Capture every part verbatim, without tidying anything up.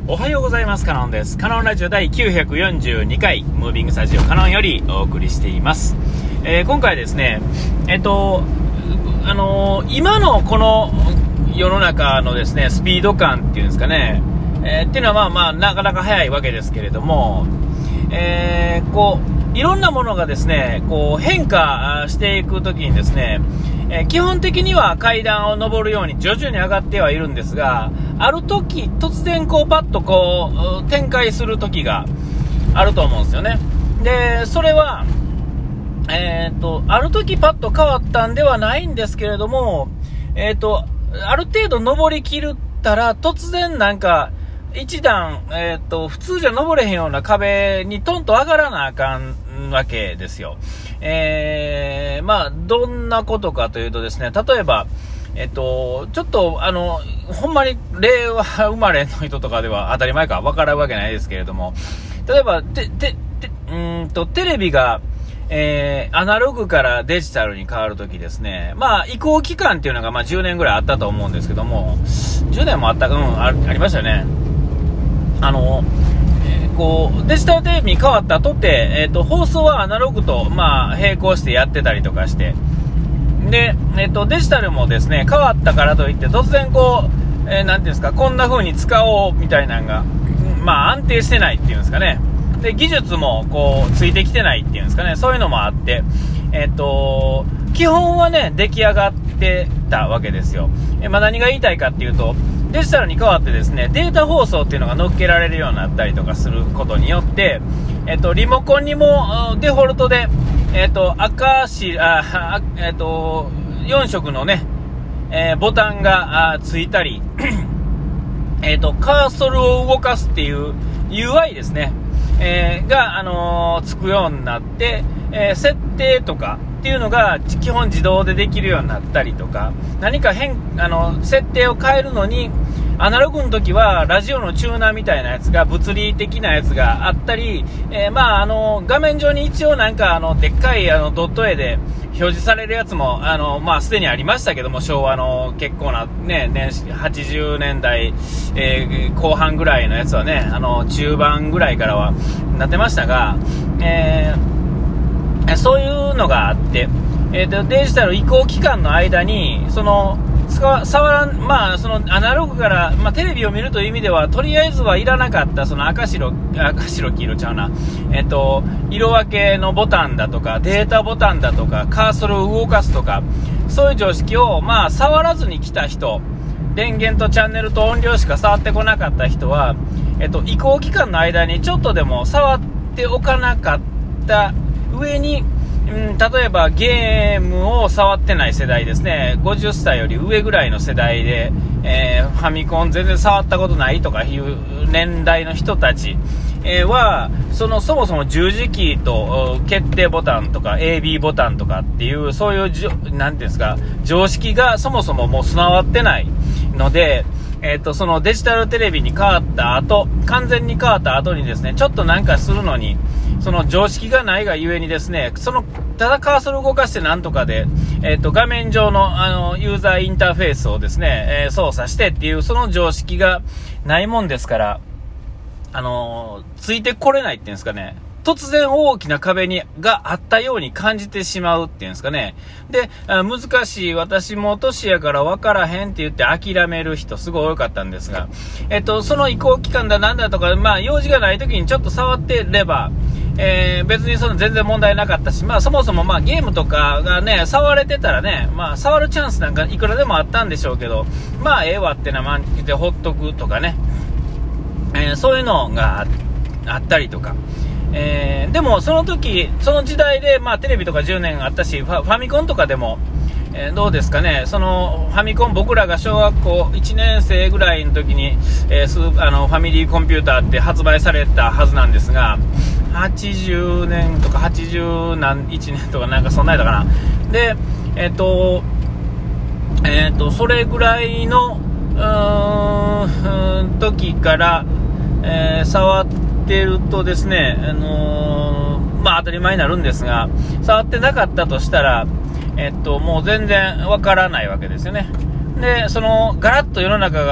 おはようございます。カノンです。カノンラジオ第きゅうひゃくよんじゅうにかいムービングスタジオカノンよりお送りしています。えー、今回ですね、えっとあのー、今のこの世の中のですねスピード感っていうんですかね、えー、っていうのはまあまあなかなか早いわけですけれども、えー、こういろんなものがですねこう変化していくときにですね、えー、基本的には階段を上るように徐々に上がってはいるんですが、ある時突然こうパッとこう展開する時があると思うんですよね。でそれはえー、とある時パッと変わったんではないんですけれども、えー、とある程度登りきったら突然なんか一段、えー、と普通じゃ登れへんような壁にトンと上がらなあかんわけですよ。えー、まあどんなことかというとですね、例えばえっと、ちょっとあのほんまに令和生まれの人とかでは当たり前か分からんわけないですけれども、例えばてててうーんとテレビがえー、アナログからデジタルに変わるときですね、まあ移行期間っていうのがまあじゅうねんぐらいあったと思うんですけども、じゅうねんもあった、うん、あ, ありましたよね。あの、えー、こうデジタルテレビに変わったとて、えー、と放送はアナログとまあ並行してやってたりとかして、で、えー、とデジタルもですね変わったからといって突然こう、えー、なんていうんですか、こんな風に使おうみたいなのがまあ安定してないっていうんですかね。で技術もこうついてきてないっていうんですかね、そういうのもあって、えっと基本はね出来上がってたわけですよ。え、まあ、何が言いたいかっていうと、デジタルに変わってですねデータ放送っていうのが乗っけられるようになったりとかすることによって、えっとリモコンにもデフォルトでえっと赤しあえっとよん色のね、えー、ボタンがあついたりえっとカーソルを動かすっていう ユーアイ ですね、えー、が、あのー、つくようになって、えー、設定とかっていうのが基本自動でできるようになったりとか、何か変あの設定を変えるのにアナログの時はラジオのチューナーみたいなやつが物理的なやつがあったり、えー、まああの画面上に一応なんかあのでっかいあのドット絵で表示されるやつもあのまあすでにありましたけども、昭和の結構なね年はちじゅうねんだい、えー、後半ぐらいのやつはね、あの中盤ぐらいからはなってましたが、えー、そういうのがあって、えー、とデジタル移行期間の間にその触らん、まあそのアナログから、まあ、テレビを見るという意味ではとりあえずはいらなかったその赤白赤白黄色ちゃうな、えっと色分けのボタンだとかデータボタンだとかカーソルを動かすとか、そういう常識をまあ触らずに来た人、電源とチャンネルと音量しか触ってこなかった人は、えっと移行期間の間にちょっとでも触っておかなかった上に、うん、例えばゲームを触ってない世代ですね、ごじゅっさいより上ぐらいの世代で、えー、ファミコン全然触ったことないとかいう年代の人たち、えー、はそのそもそも十字キーと決定ボタンとか エービー ボタンとかっていうそういうじょなんていうんですか常識がそもそももう備わってないので、えー、とそのデジタルテレビに変わった後、完全に変わった後にですねちょっとなんかするのにその常識がないがゆえにですね、そのただカーソル動かしてなんとかで、えー、と画面上 の, あのユーザーインターフェースをですね、えー、操作してっていうその常識がないもんですから、あのー、ついてこれないっていうんですかね、突然大きな壁にがあったように感じてしまうっていうんですかね。で、難しい、私も年やから分からへんって言って諦める人すごい多かったんですが、えっとその移行期間だなんだとか、まあ用事がない時にちょっと触ってれば、えー、別にその全然問題なかったし、まあそもそもまあゲームとかがね触れてたらね、まあ触るチャンスなんかいくらでもあったんでしょうけど、まあええわってなまんでほっとくとかね、えー、そういうのが あ, あったりとか。えー、でもその時その時代で、まあ、テレビとかじゅうねんあったし、ファ、ファミコンとかでも、えー、どうですかね、そのファミコン、僕らが小学校いちねん生ぐらいの時に、えー、スあのファミリーコンピューターって発売されたはずなんですが、はちじゅうねんとかはちじゅういちねんとかなんかそんなんやったかな。でえっ、ー、とえっ、ー、とそれぐらいのうーん時から、えー、触っててるとですね、あのー、まあ当たり前になるんですが、触ってなかったとしたら、えっともう全然わからないわけですよね。で、そのガラッと世の中が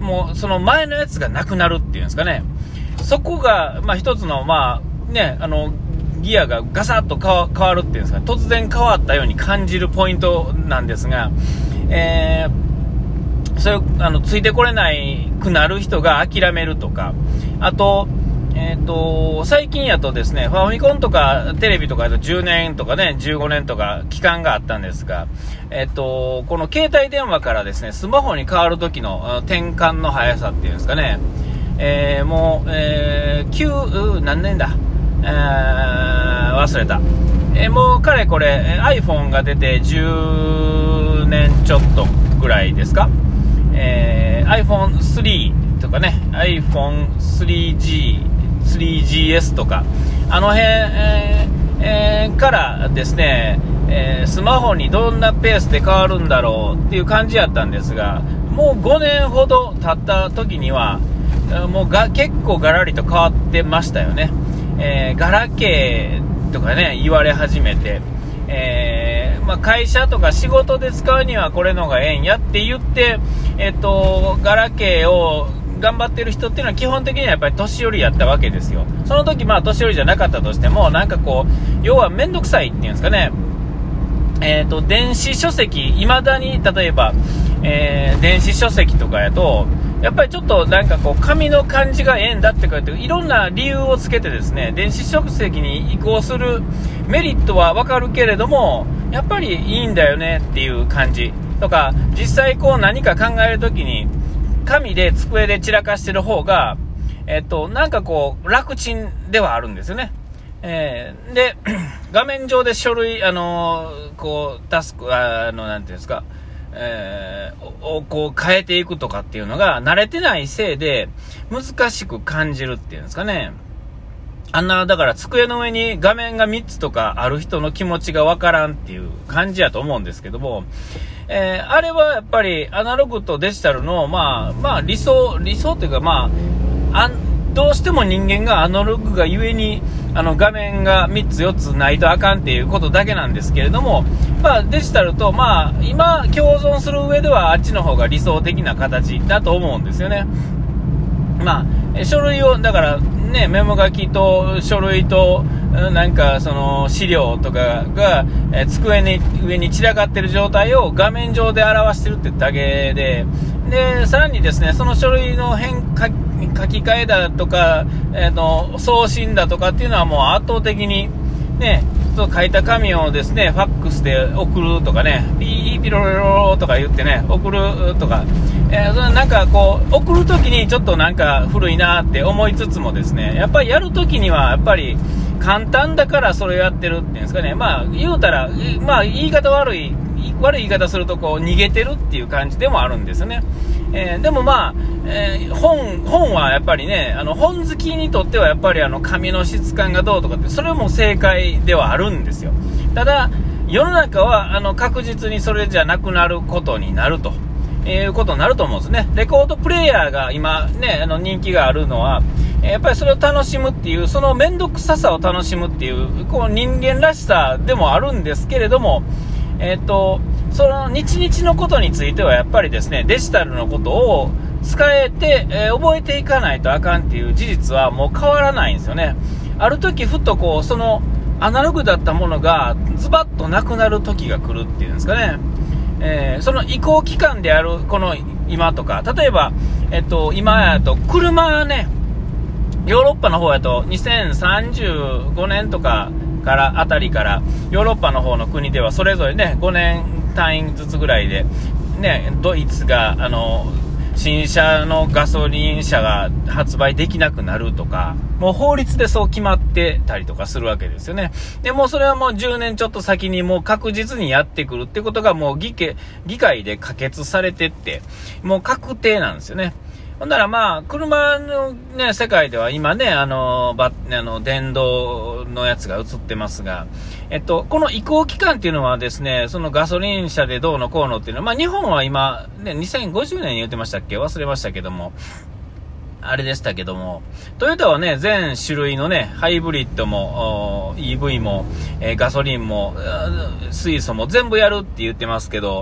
もうその前のやつがなくなるっていうんですかね。そこが、まあ一つの、まあね、あの、ギアがガサッと変わるっていうんですか、突然変わったように感じるポイントなんですが、えー、それあのついてこれないくなる人が諦めるとか、あと、えーと、最近やとですね、ファミコンとかテレビとかだとじゅうねんとかね、じゅうごねんとか期間があったんですが、えーと、この携帯電話からですね、スマホに変わる時の転換の速さっていうんですかね、えー、もう、えー、きゅう、何年だ、えー、忘れた。えー、もうかれこれ iPhone が出てじゅうねんちょっとぐらいですか。えー、アイフォンスリー とかね、アイフォンスリージー、スリージーエス とか、あの辺、えーえー、からですね、えー、スマホにどんなペースで変わるんだろうっていう感じやったんですが、もうごねんほど経った時にはもうが結構ガラリと変わってましたよね。えー、ガラケーとかね言われ始めて、えーまあ、会社とか仕事で使うにはこれのがええんやって言って、えっと、ガラケーを頑張ってる人っていうのは基本的にはやっぱり年寄りやったわけですよ。その時まあ年寄りじゃなかったとしても、なんかこう要はめんどくさいっていうんですかね、えーと、電子書籍、未だに例えば、えー、電子書籍とかやとやっぱりちょっとなんかこう紙の感じがええんだってかっていろんな理由をつけてですね、電子書籍に移行するメリットはわかるけれども、やっぱりいいんだよねっていう感じとか、実際こう何か考えるときに紙で机で散らかしてる方が、えっと、なんかこう楽ちんではあるんですよね。えー、で画面上で書類、あのー、こうタスク、あのなんていうんですか、えー、をこう変えていくとかっていうのが慣れてないせいで難しく感じるっていうんですかね。あんなだから机の上に画面がみっつとかある人の気持ちがわからんっていう感じやと思うんですけども、えー、あれはやっぱりアナログとデジタルのまあまあ理想理想というか、まああどうしても人間がアナログがゆえにあの画面がみっつよっつないとあかんっていうことだけなんですけれども、まあデジタルとまあ今共存する上ではあっちの方が理想的な形だと思うんですよね。まあ書類をだからね、メモ書きと書類となんかその資料とかがえ机に上に散らかってる状態を画面上で表してるってだけで、でさらにですね、その書類の変化書き換えだとか、えー、の送信だとかっていうのはもう圧倒的にね、書いた紙をですねファックスで送るとかね、ピーピロロロとか言ってね送るとか、えー、なんかこう送るときにちょっとなんか古いなって思いつつもですね、やっぱりやるときにはやっぱり簡単だからそれをやってるっていうんですかね。まあ言うたら、まあ言い方悪い悪い言い方するとこう逃げてるっていう感じでもあるんですよね。えー、でもまあ、えー、本本はやっぱりね、あの本好きにとってはやっぱりあの紙の質感がどうとかって、それも正解ではあるんですよ。ただ世の中はあの確実にそれじゃなくなることになるということになると思うんですね。レコードプレーヤーが今ね、あの人気があるのはやっぱりそれを楽しむっていう、その面倒くささを楽しむっていうこう人間らしさでもあるんですけれども、えーと、その日々のことについてはやっぱりですね、デジタルのことを使えて、えー、覚えていかないとあかんっていう事実はもう変わらないんですよね。ある時ふとこうそのアナログだったものがズバッとなくなる時が来るっていうんですかね。えー、その移行期間であるこの今とか、例えば、えっと、今やと車ね、ヨーロッパの方やとにせんさんじゅうごねんとかからあたりからヨーロッパの方の国ではそれぞれねごねん単位ずつぐらいでね、ドイツがあの新車のガソリン車が発売できなくなるとか、もう法律でそう決まってたりとかするわけですよね。でもうそれはもうじゅうねんちょっと先にもう確実にやってくるってことがもう議会、議会で可決されてってもう確定なんですよね。ほんならまあ車のね世界では今ねあのバあの電動のやつが映ってますが、えっとこの移行期間っていうのはですね、そのガソリン車でどうのこうのっていうのは、まあ日本は今ねにせんごじゅうねんに言ってましたっけ、忘れましたけども。あれでしたけども、トヨタはね、全種類のね、ハイブリッドも、イーブイ も、えー、ガソリンも、水素も全部やるって言ってますけど、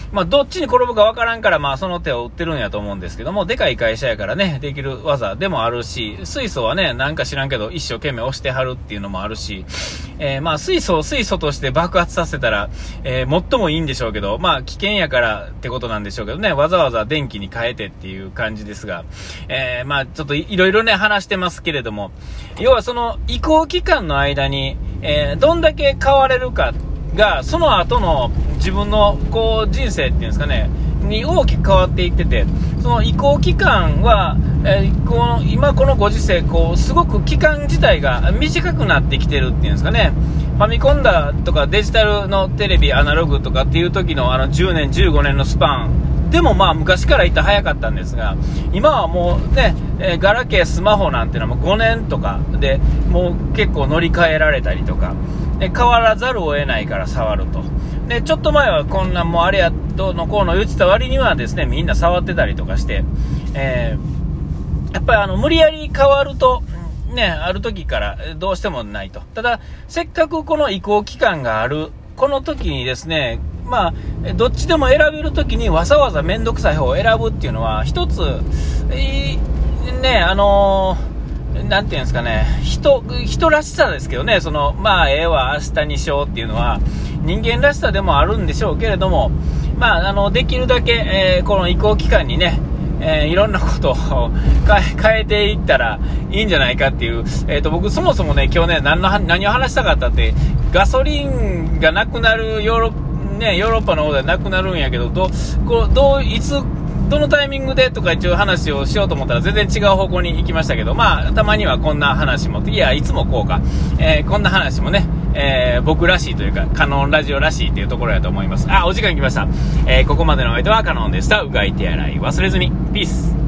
まあ、どっちに転ぶかわからんから、まあ、その手を打ってるんやと思うんですけども、でかい会社やからね、できる技でもあるし、水素はね、なんか知らんけど、一生懸命押してはるっていうのもあるし、えー、まあ、水素を水素として爆発させたら、えー、最もいいんでしょうけど、まあ、危険やからってことなんでしょうけどね、わざわざ電気に変えてっていう感じですが、えー、まあ、ちょっといろいろね、話してますけれども、要はその移行期間の間に、えー、どんだけ変われるかが、その後の自分のこう人生っていうんですかね、に大きく変わっていってて、その移行期間は、えー、この今このご時世、こうすごく期間自体が短くなってきてるっていうんですかね。ファミコンだとかデジタルのテレビ、アナログとかっていう時のあのじゅうねん、じゅうごねんのスパンでもまあ昔からいった早かったんですが、今はもうね、えー、ガラケー、スマホなんてのはもうごねんとかでもう結構乗り換えられたりとか、で変わらざるを得ないから触ると。でちょっと前はこんなもうあれやどうのこうの言ってた割にはですね、みんな触ってたりとかして、えー、やっぱりあの無理やり変わるとね、ある時からどうしてもないと。ただせっかくこの移行期間があるこの時にですね、まあどっちでも選べる時にわざわざ面倒くさい方を選ぶっていうのは一つ、えー、ね、あのー、なんていうんですかね、人人らしさですけどね、そのまあええわ明日にしようっていうのは人間らしさでもあるんでしょうけれども、まああのできるだけ、えー、この移行期間にね、えー、いろんなことを変えていったらいいんじゃないかっていう、えーと、僕そもそもね今日ね何の何を話したかったって、ガソリンがなくなるヨーロッパね、ヨーロッパの方ではなくなるんやけど、どこうどういつどのタイミングでとか一応話をしようと思ったら全然違う方向に行きましたけど、まあたまにはこんな話も、いやいつもこうか、えー、こんな話もね、えー、僕らしいというかカノンラジオらしいっていうところやと思います。あ、お時間来ました。えー、ここまでのお相手はカノンでした。うがい手洗い忘れずに。ピース。